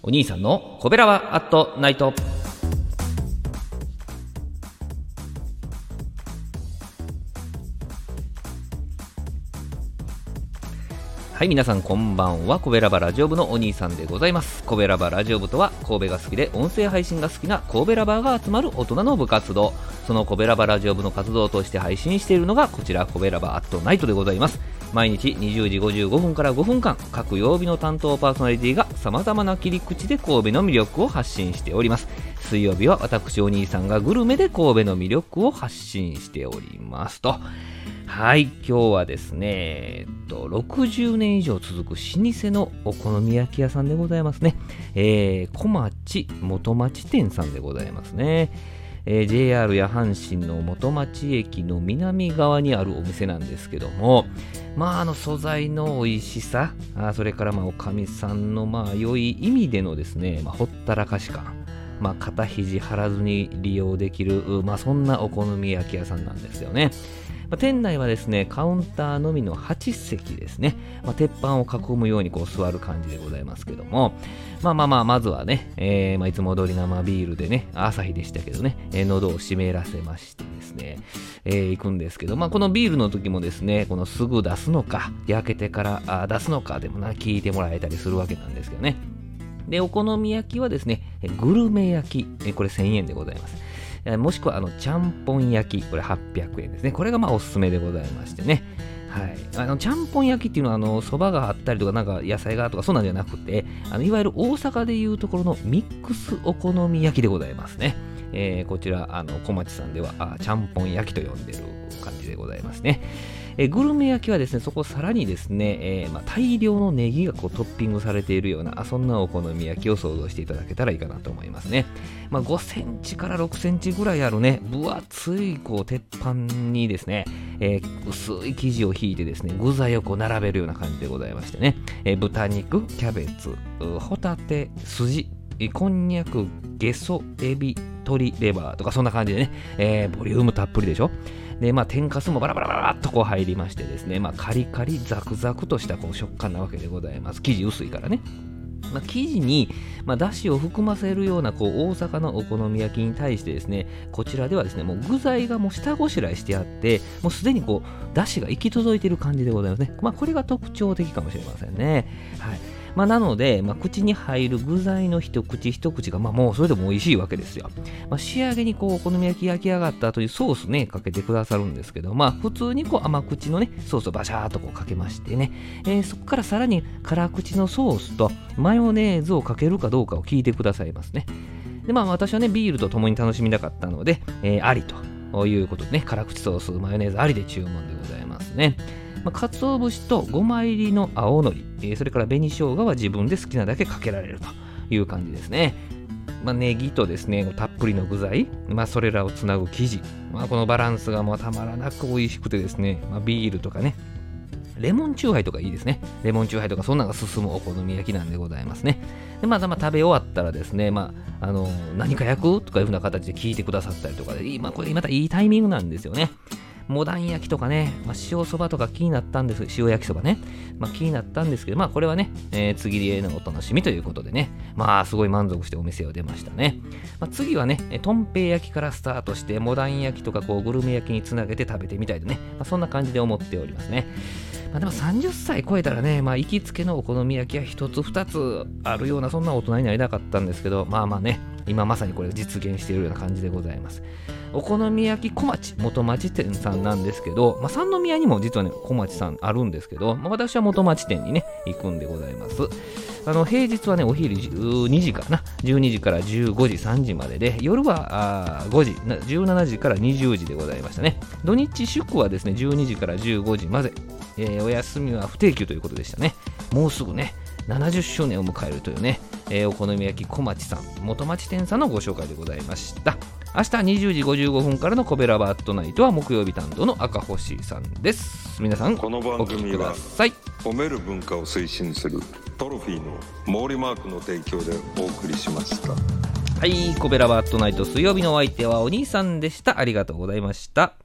お兄さんのコベラバアットナイト。はい、皆さんこんばんは。コベラバラジオ部のお兄さんでございます。コベラバラジオ部とは、神戸が好きで音声配信が好きな神戸ラバーが集まる大人の部活動。そのコベラバラジオ部の活動を通して配信しているのがこちら、コベラバアットナイトでございます。毎日20時55分から5分間、各曜日の担当パーソナリティが様々な切り口で神戸の魅力を発信しております。水曜日は私お兄さんがグルメで神戸の魅力を発信しておりますと。はい、今日はですね、60年以上続く老舗のお好み焼き屋さんでございますね。小町元町店さんでございますね。JR や阪神の元町駅の南側にあるお店なんですけども、素材の美味しさ、それからおかみさんの良い意味でのですね、ほったらかし感、肩肘張らずに利用できる、そんなお好み焼き屋さんなんですよね。店内はですね、カウンターのみの8席ですね。鉄板を囲むように座る感じでございますけども、まずはね、いつも通り生ビールでね、朝日でしたけどね、喉を湿らせましてですね、行くんですけど、このビールの時もですね、このすぐ出すのか、焼けてから出すのかでも聞いてもらえたりするわけなんですけどね。で、お好み焼きはですね、グルメ焼き、これ1000円でございます。もしくはちゃんぽん焼き、これ800円ですね。これがおすすめでございましてね。はい。ちゃんぽん焼きっていうのは蕎麦があったりとか野菜がとかそうなんじゃなくて、いわゆる大阪でいうところのミックスお好み焼きでございますね。こちら小町さんではちゃんぽん焼きと呼んでる感じでございますね。グルメ焼きはですね、そこさらにですね、大量のネギがトッピングされているようなそんなお好み焼きを想像していただけたらいいかなと思いますね。5センチから6センチぐらいあるね、分厚い鉄板にですね、薄い生地を引いてですね、具材を並べるような感じでございましてね、豚肉、キャベツ、ホタテ、筋、こんにゃく、ゲソ、エビ、鶏レバーとかそんな感じでね、ボリュームたっぷりでしょ。で、天かすもバラバラバラっと入りましてですね、カリカリザクザクとした食感なわけでございます。生地薄いからね。生地に、だしを含ませるような大阪のお好み焼きに対してですね、こちらではですね、もう具材が下ごしらえしてあって、もうすでにだしが行き届いている感じでございますね。これが特徴的かもしれませんね。はい。なので、口に入る具材の一口一口が、もうそれでも美味しいわけですよ。仕上げにお好み焼き焼き上がった後にソースね、かけてくださるんですけど、普通に甘口のね、ソースをバシャーっとかけましてね、そこからさらに辛口のソースとマヨネーズをかけるかどうかを聞いてくださいますね。で、私はね、ビールと共に楽しみたかったので、ありということでね、辛口ソース、マヨネーズありで注文でございますね。鰹節とごま入りの青のり、それから紅生姜は自分で好きなだけかけられるという感じですね。ネギとですね、たっぷりの具材、それらをつなぐ生地、このバランスがたまらなく美味しくてですね、ビールとかね、レモンチューハイとかいいですね。レモンチューハイとかそんなのが進むお好み焼きなんでございますね。で、食べ終わったらですね、何か焼くとかいうふうな形で聞いてくださったりとかで、これまたいいタイミングなんですよね。モダン焼きとかね、塩そばとか気になったんです。塩焼きそばね、気になったんですけど、これはね、次へのお楽しみということでね、すごい満足してお店を出ましたね。次はね、とんぺい焼きからスタートして、モダン焼きとかグルメ焼きにつなげて食べてみたいとね、そんな感じで思っておりますね。でも30歳超えたらね、行きつけのお好み焼きは一つ二つあるような、そんな大人になりたかったんですけど、ね、今まさにこれ実現しているような感じでございます。お好み焼き小町元町店さんなんですけど、三宮にも実はね小町さんあるんですけど、私は元町店にね行くんでございます。平日はねお昼12時かな、12時から15時3時までで、夜は5時17時から20時でございましたね。土日祝はですね12時から15時まで、お休みは不定休ということでしたね。もうすぐね70周年を迎えるというね、お好み焼き小町さん元町店さんのご紹介でございました。明日20時55分からのコベラバットナイトは木曜日担当の赤星さんです。皆さんこの番組は褒める文化を推進するトロフィーの毛利マークの提供でお送りしました。 はい、コベラバットナイト水曜日のお相手はお兄さんでした。ありがとうございました。